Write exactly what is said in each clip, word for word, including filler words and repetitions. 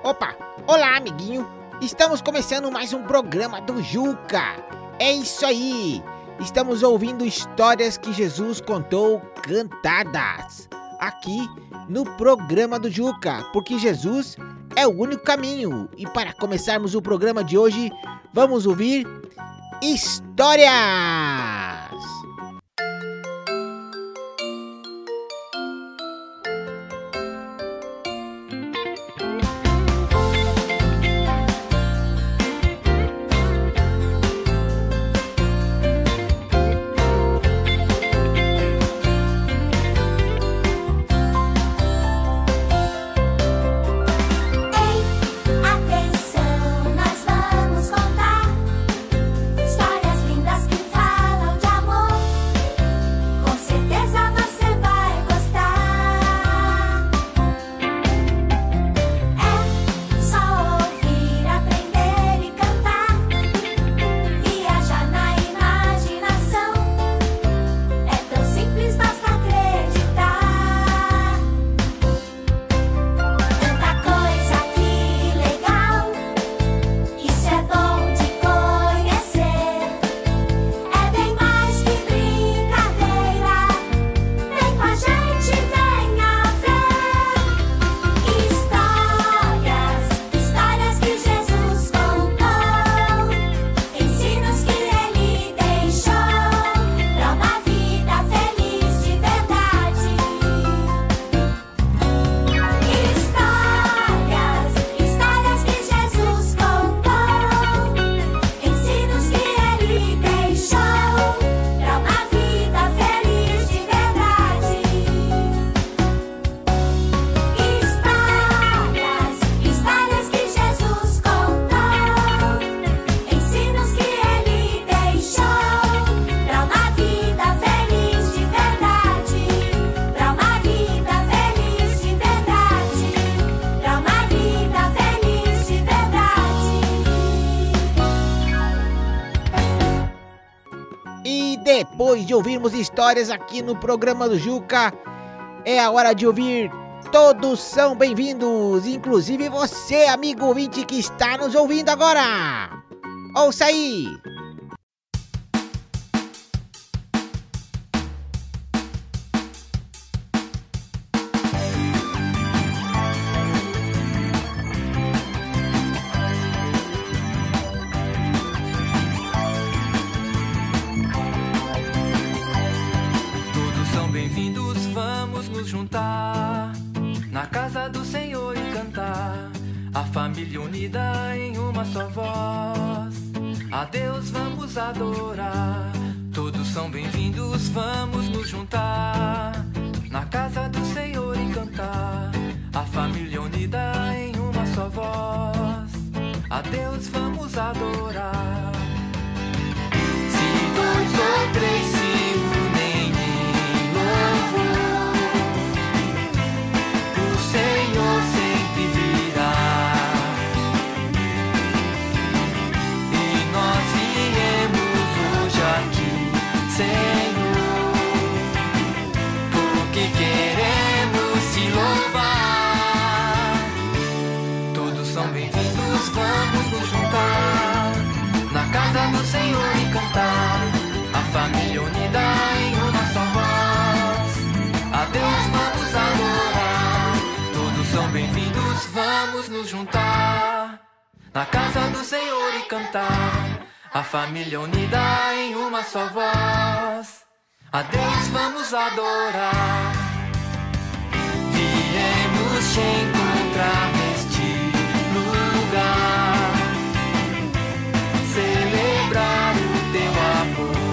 Opa, olá amiguinho, estamos começando mais um programa do Juca. É isso aí, estamos ouvindo histórias que Jesus contou cantadas aqui no programa do Juca, porque Jesus é o único caminho. E para começarmos o programa de hoje, vamos ouvir histórias. Depois de ouvirmos histórias aqui no programa do Juca, é a hora de ouvir Todos São Bem-vindos, inclusive você, amigo ouvinte que está nos ouvindo agora. Ouça aí! Juntar na casa do Senhor e cantar, a família unida em uma só voz. A Deus vamos adorar, todos são bem-vindos, vamos nos juntar na casa do Senhor e cantar, a família unida em uma só voz. A Deus vamos adorar. Se dois ou três se unem em louvor, Senhor sempre virá, e nós viemos hoje aqui, Senhor, porque queremos te louvar. Todos são bem-vindos, vamos nos juntar na casa do Senhor e cantar, a família unida em uma só voz. A Deus vamos adorar. São bem-vindos, vamos nos juntar na casa do Senhor e cantar, a família unida em uma só voz. A Deus vamos adorar. Viemos te encontrar neste lugar, celebrar o teu amor.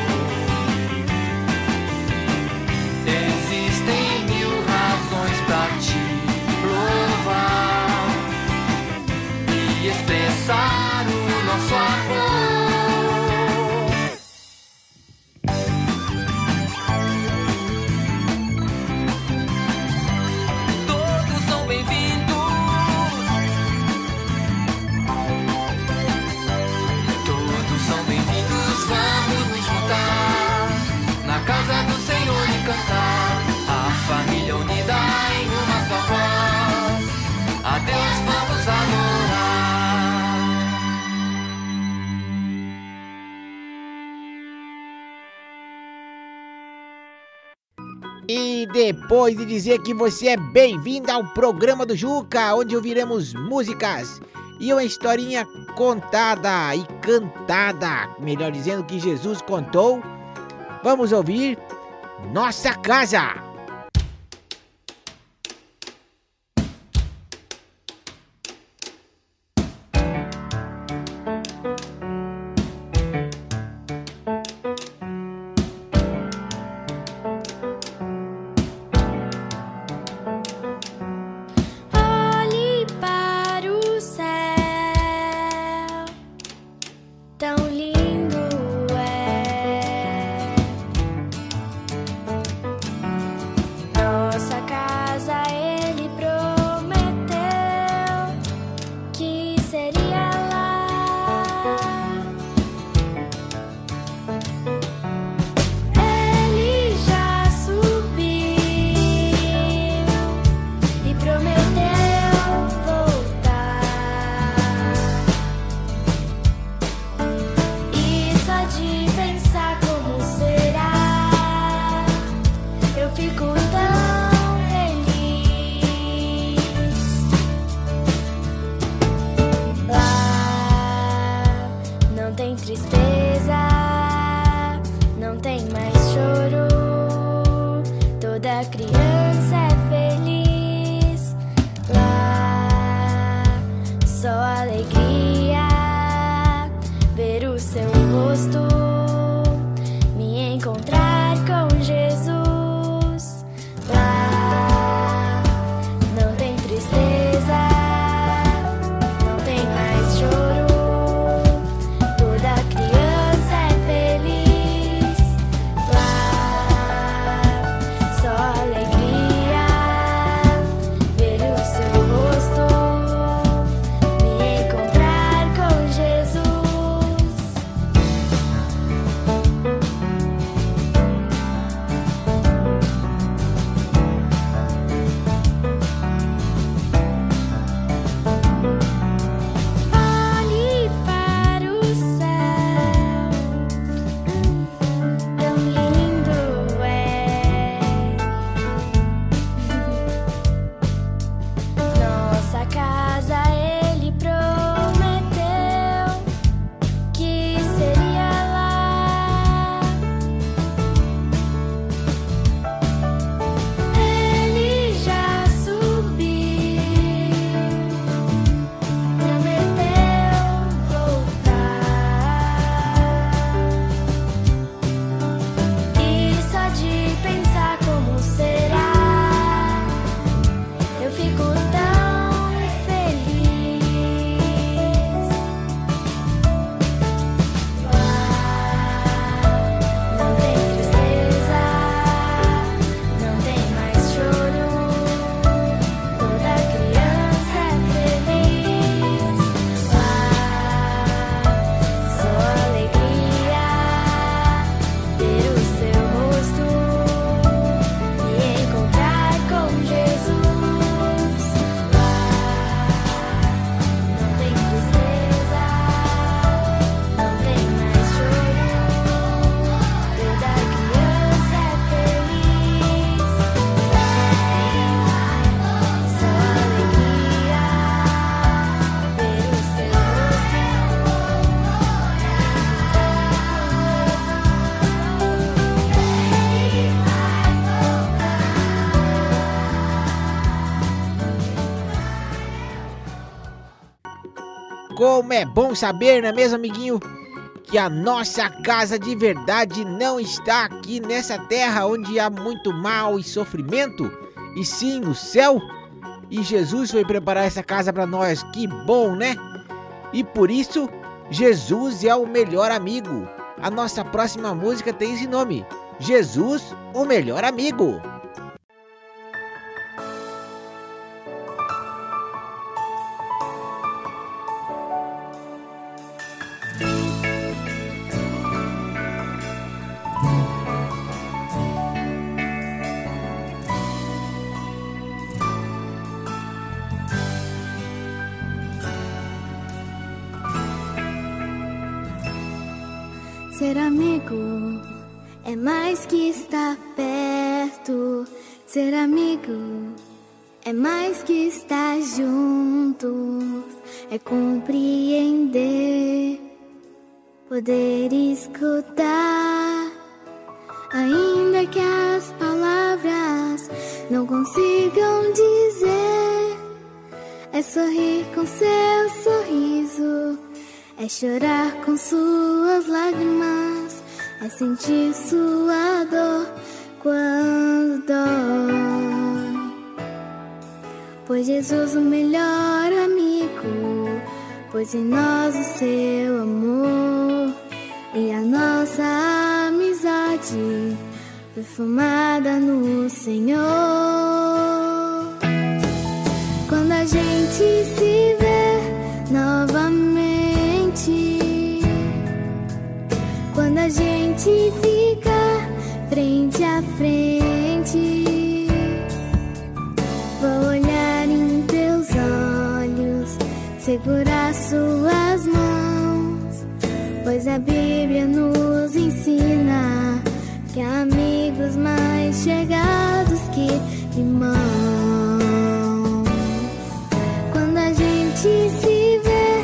Existem mil razões pra ti louvar e expressar o nosso amor. Todos são bem-vindos. depois de dizer que você é bem-vindo ao programa do Juca, onde ouviremos músicas e uma historinha contada e cantada, melhor dizendo, que Jesus contou, vamos ouvir Nossa Casa. Como é bom saber, não é mesmo, amiguinho, que a nossa casa de verdade não está aqui nessa terra onde há muito mal e sofrimento, e sim no céu. E Jesus foi preparar essa casa para nós. Que bom, né? E por isso, Jesus é o melhor amigo. A nossa próxima música tem esse nome: Jesus, o melhor amigo. Ser amigo é mais que estar perto. Ser amigo é mais que estar juntos, é compreender, poder escutar, ainda que as palavras não consigam dizer. É sorrir com seu sorriso, é chorar com suas lágrimas, é sentir sua dor quando dói. Pois Jesus, o melhor amigo, pôs em nós o seu amor, e a nossa amizade foi formada no Senhor. Quando a gente se vê novamente, quando a gente fica frente a frente, vou olhar em teus olhos, segurar suas mãos, pois a Bíblia nos ensina que há amigos mais chegados que irmãos. Quando a gente se vê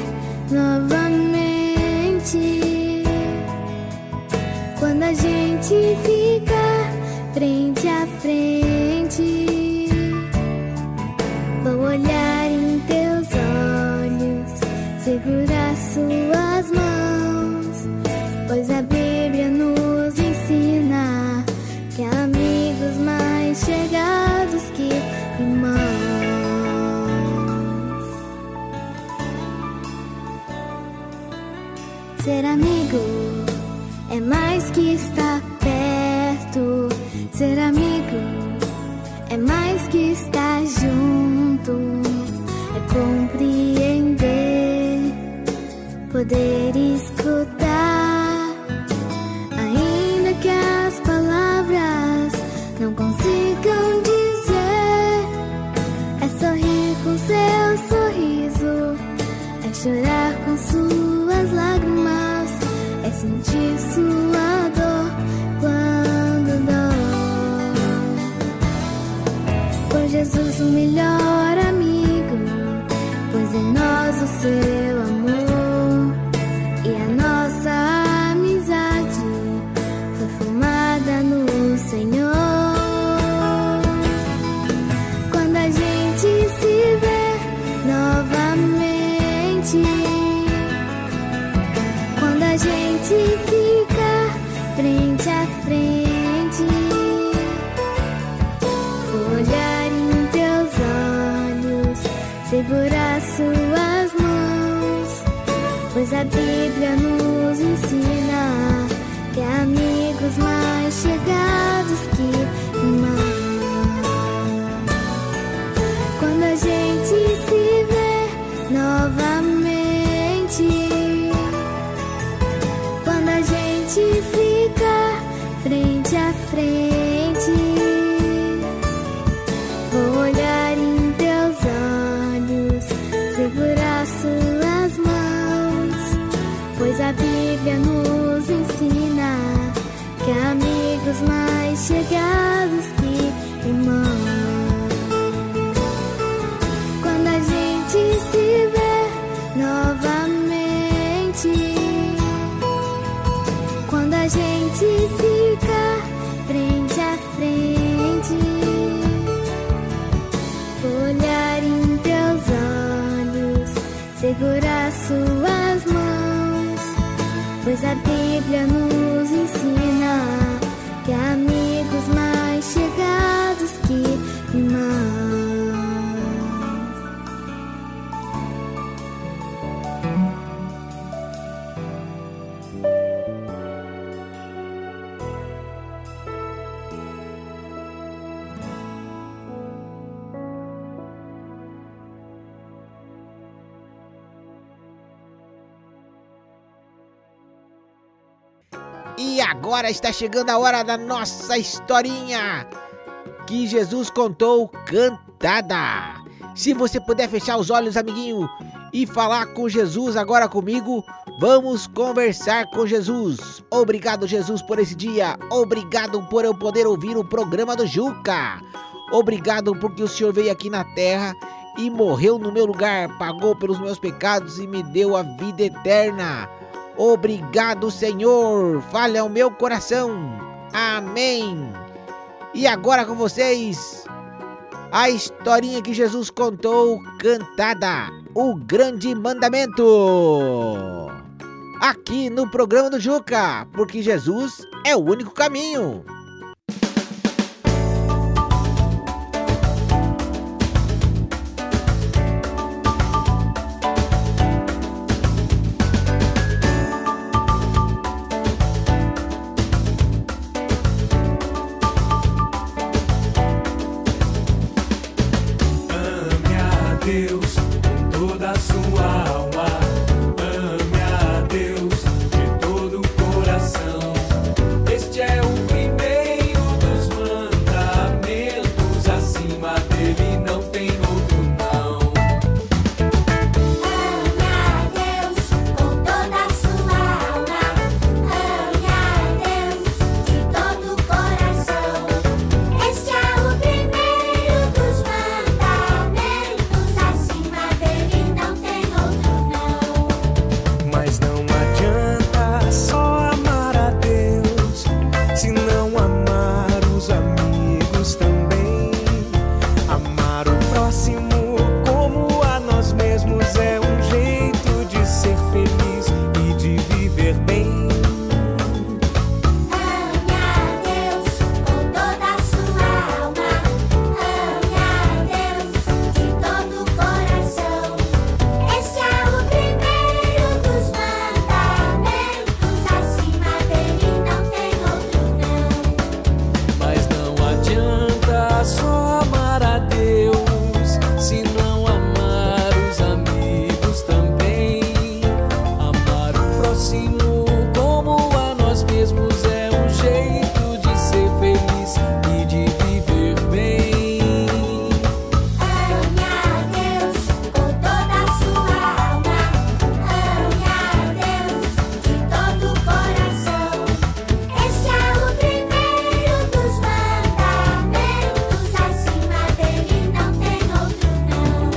novamente, quando a gente fica frente a frente, vou olhar em teus olhos, segurar suas mãos, pois a Bíblia nos ensina que há amigos mais chegados que irmãos. Ser amigo é mais que estar perto, ser amigo é mais que estar junto, é compreender, poder escutar, ainda que as palavras não consigam dizer. É sorrir com seu sorriso, é chorar com suas lágrimas, é sentir sua dor quando dói. Pois Jesus, o melhor amigo, pôs em nós o seu amor, e a nossa amizade foi formada no Senhor. Quando a gente se vê novamente, quando a gente fica frente a frente, vou olhar em teus olhos, segurar suas mãos, pois a Bíblia nos ensina que há amigos mais chegados que irmãos. Quando a gente se vê novamente, quando a gente fica frente a frente, vou olhar em teus olhos, segurar suas mãos, pois a Bíblia nos ensina que há amigos mais chegados que irmãos. Quando a gente se vê novamente, quando a gente fica frente a frente, vou olhar em teus olhos, segurar suas mãos, pois a Bíblia nos ensina que há amigos mais chegados que irmãos. E agora está chegando a hora da nossa historinha que Jesus contou cantada. Se você puder fechar os olhos, amiguinho, e falar com Jesus agora comigo, vamos conversar com Jesus. Obrigado, Jesus, por esse dia. Obrigado por eu poder ouvir o programa do Juca. Obrigado porque o Senhor veio aqui na terra e morreu no meu lugar, pagou pelos meus pecados e me deu a vida eterna. Obrigado, Senhor. Fale ao meu coração. Amém. E agora com vocês, a historinha que Jesus contou, cantada, o grande mandamento. Aqui no programa do Juca, porque Jesus é o único caminho. Deus com toda a sua alma, ame a Deus de todo o coração. Este é o primeiro dos mandamentos, acima dele não tem outro não. Ame a Deus com toda a sua alma, ame a Deus de todo o coração. Este é o primeiro dos mandamentos, acima dele não tem outro não. Mas não adianta só amar a Deus, se não amar os amigos também. Amar o próximo como a nós mesmos é um jeito de ser feliz e de viver bem. Ame a Deus com toda a sua alma, ame a Deus de todo o coração. Este é o primeiro dos mandamentos, acima dele não tem outro não. Mas não adianta só amar a Deus, se não amar os amigos também. Amar o próximo como a nós mesmos é um jeito de ser feliz e de viver bem. Ame a Deus com toda a sua alma, ame a Deus de todo o coração. Este é o primeiro dos mandamentos, acima dele não tem outro não.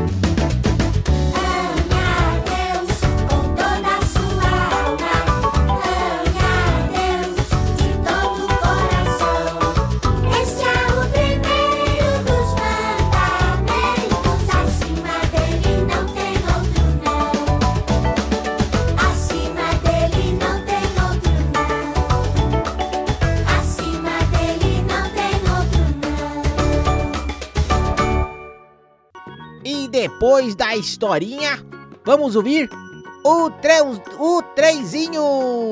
Ame a Deus com toda a sua alma, ame a Deus de todo o coração. Este é o primeiro dos mandamentos, acima dele não tem outro não. Acima dele não tem outro não. Acima dele não tem outro não. E depois da historinha, vamos ouvir o, tre o trenzinho.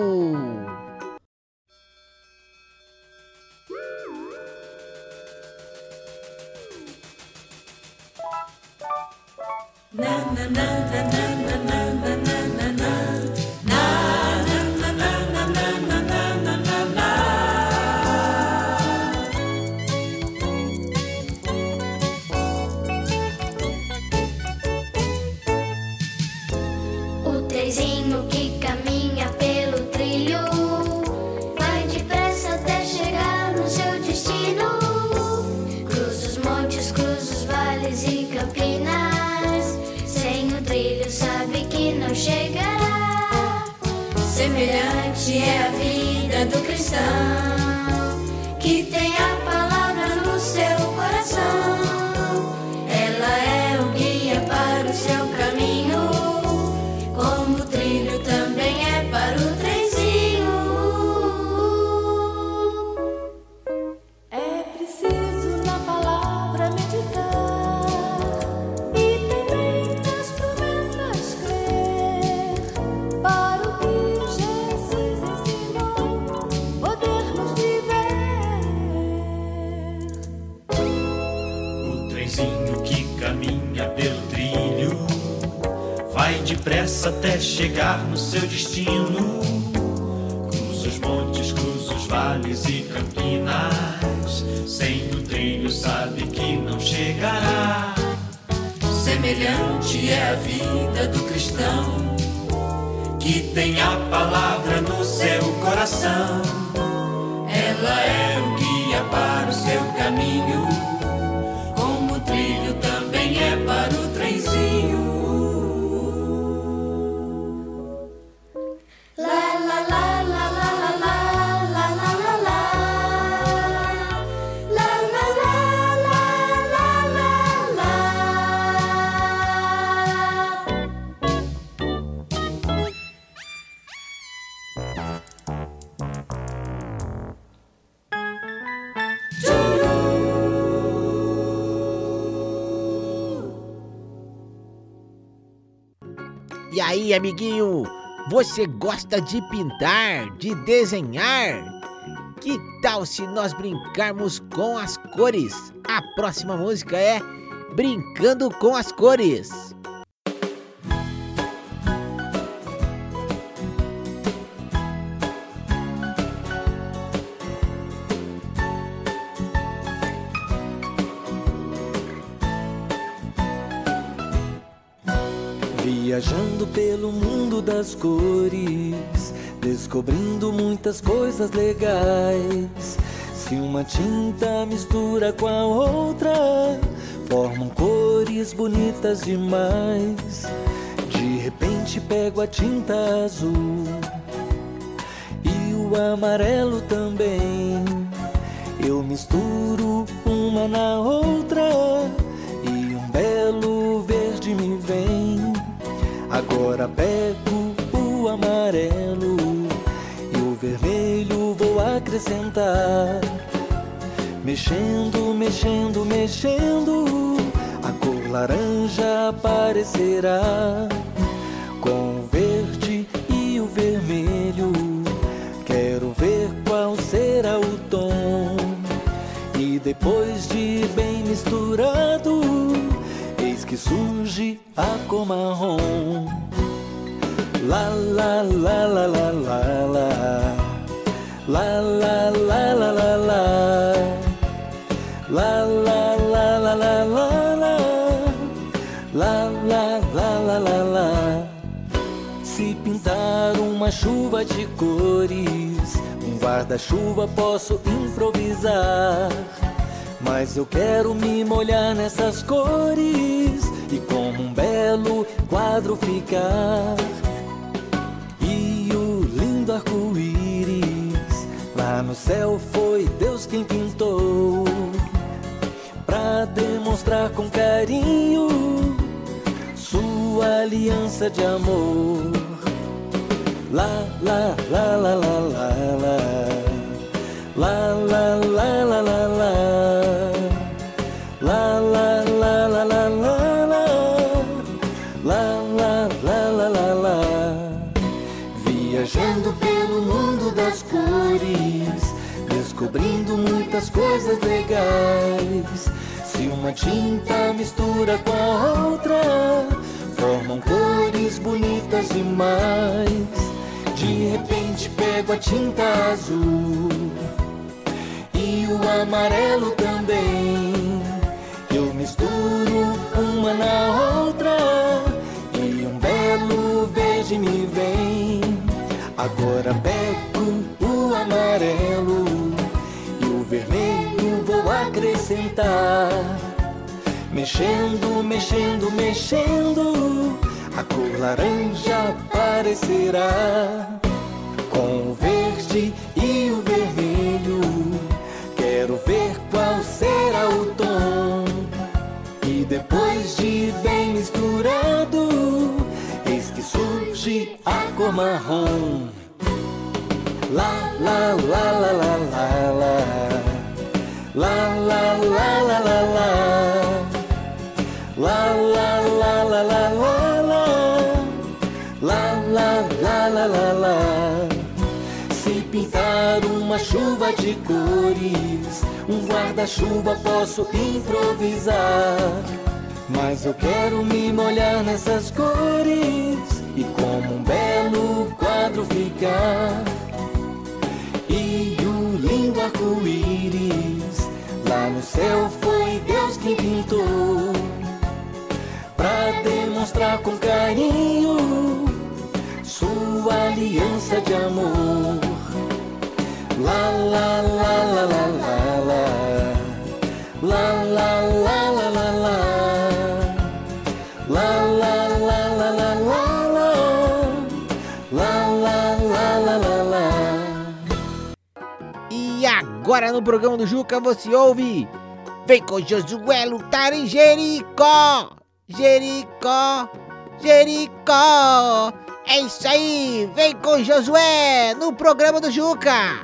O trenzinho que caminha pelo trilho vai depressa até chegar no seu destino. Cruza os montes, cruza os vales e campinas. Sem o trilho sabe que não chegará. Semelhante é a vida do cristão, que tem a palavra no seu coração. Ela é o guia para o seu caminho, como o trilho também é para o trenzinho. É preciso na palavra meditar e também nas promessas crer, para o que Jesus ensinou podermos viver. O trenzinho que caminha pelo trilho vai depressa até chegar no seu destino. Cruza os montes, cruza os vales e campinas. Sem o trilho sabe que não chegará. Semelhante é a vida do cristão, que tem a palavra no seu coração. Ela é o guia para o seu caminho, E aí, amiguinho, você gosta de pintar, de desenhar? Que tal se nós brincarmos com as cores? A próxima música é Brincando com as Cores. Viajando pelo mundo das cores, descobrindo muitas coisas legais. Se uma tinta mistura com a outra, formam cores bonitas demais. De repente pego a tinta azul e o amarelo também. Eu misturo uma na outra e um belo verde me vem. Agora pego o amarelo e o vermelho vou acrescentar. Mexendo, mexendo, mexendo, a cor laranja aparecerá. Com o verde e o vermelho, quero ver qual será o tom. E depois de bem misturado, eis que surge a cor marrom. La la la la la la la, la la la la la la, la la la la la la la, la la la la la la. Se pintar uma chuva de cores, um guarda-chuva posso improvisar. Mas eu quero me molhar nessas cores e como um belo quadro ficar. E o lindo arco-íris lá no céu foi Deus quem pintou, pra demonstrar com carinho sua aliança de amor. La la la la la la la, la la la la la la. La la la la la la la, la la la la la la. Viajando pelo mundo das cores, descobrindo muitas coisas legais. Se uma tinta mistura com a outra, formam cores bonitas demais. De repente pego a tinta azul e o amarelo também. Eu misturo uma na outra e um belo verde me vem. Agora pego o amarelo e o vermelho vou acrescentar. Mexendo, mexendo, mexendo, a cor laranja aparecerá. Com o verde e o vermelho, quero ver qual será o tom. E depois de bem misturado, eis que surge a cor marrom. La la la la la la la, la la la la la la, la la la la la la la, la la la la la la. Se pintar uma chuva de cores, um guarda-chuva posso improvisar. Mas eu quero me molhar nessas cores e como um belo quadro ficar. E o lindo arco-íris lá no céu foi Deus quem pintou, pra demonstrar com carinho sua aliança de amor. La la la la la la la, la la la la la la, la la la la la la la, la la la la la. E agora no programa do Juca você ouve Vem com Josué lutar em Jericó, Jericó, Jericó. É isso aí, vem com Josué no programa do Juca.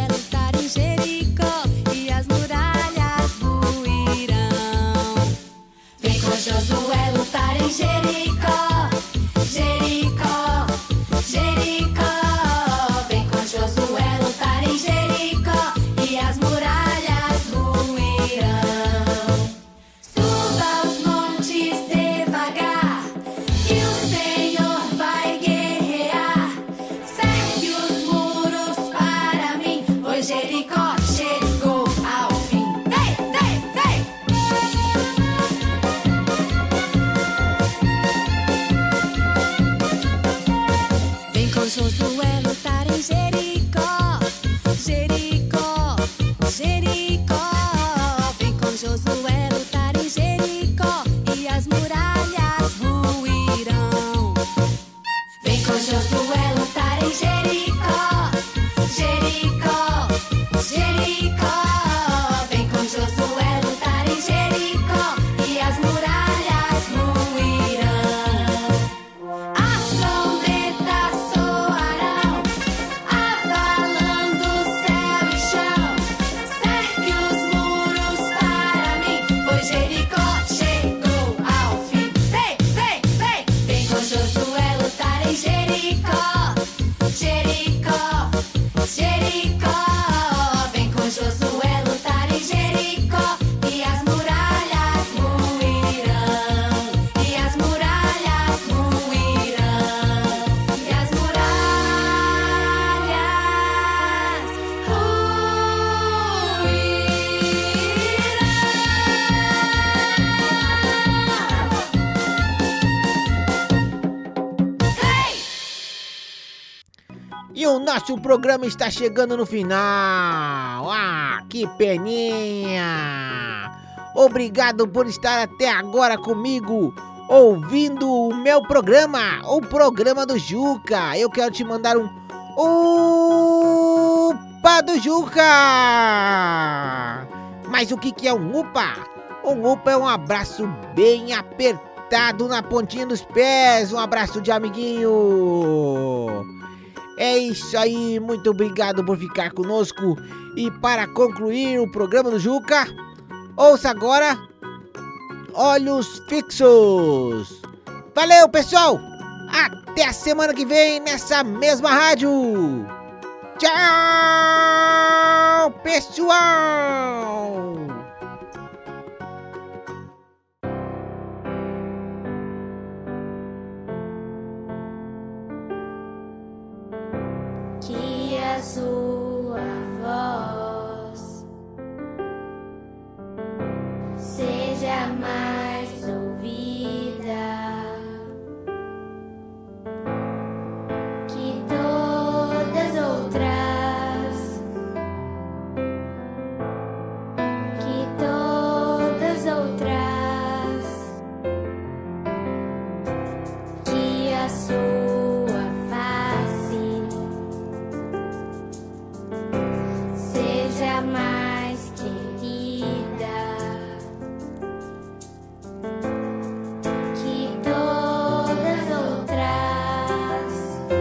lutar em Jericó e as muralhas ruirão. Vem com Josué lutar em Jericó, Jericó, Jericó. Vem com Josué lutar em Jericó e as muralhas ruirão. Suba os montes devagar e o Senhor vai guerrear. Cerque os muros para mim, pois Jericó chegou ao fim. Vem, vem, vem! Vem com Josué lutar em Jericó, Jericó, Jericó. Vem com Josué lutar em Jericó e as muralhas ruirão. Vem com Josué lutar em Jericó, Jericó, Jericó. Vem com Josué lutar em Jericó e as muralhas ruirão. As trombetas soarão, abalando céu e chão. Cerque os muros para mim, pois Jericó chegou ao fim. Vem, vem, vem! Vem com Josué lutar em Jericó, Jericó, Jericó. Vem com Josué lutar em Jericó e as muralhas ruirão. E as muralhas ruirão. E as muralhas ruirão. Hey! E o nosso programa está chegando no final. Ah, que peninha! Obrigado por estar até agora comigo, ouvindo o meu programa, o programa do Juca. Eu quero te mandar um Upa do Juca! Mas o que que é um Upa? Um Upa é um abraço bem apertado na pontinha dos pés, um abraço de amiguinho. É isso aí, muito obrigado por ficar conosco. E para concluir o programa do Juca, ouça agora Olhos Fixos. Valeu, pessoal! Até a semana que vem nessa mesma rádio. Tchau, pessoal! Que a sua voz seja mais ouvida, que todas outras, que todas outras, que a sua face seja mais querida, que todas outras,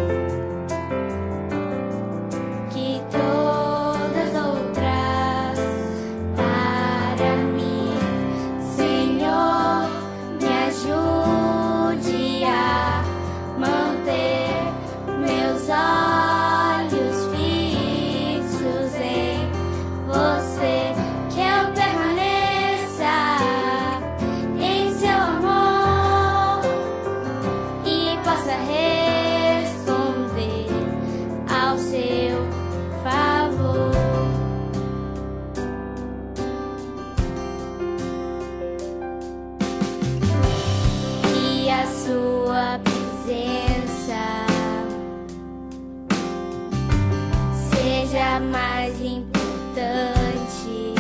que todas outras. Para mim, Senhor, me ajude a manter meus olhos fixos em você, que eu permaneça em seu amor e possa responder ao seu favor. Que a sua presença seja mais importante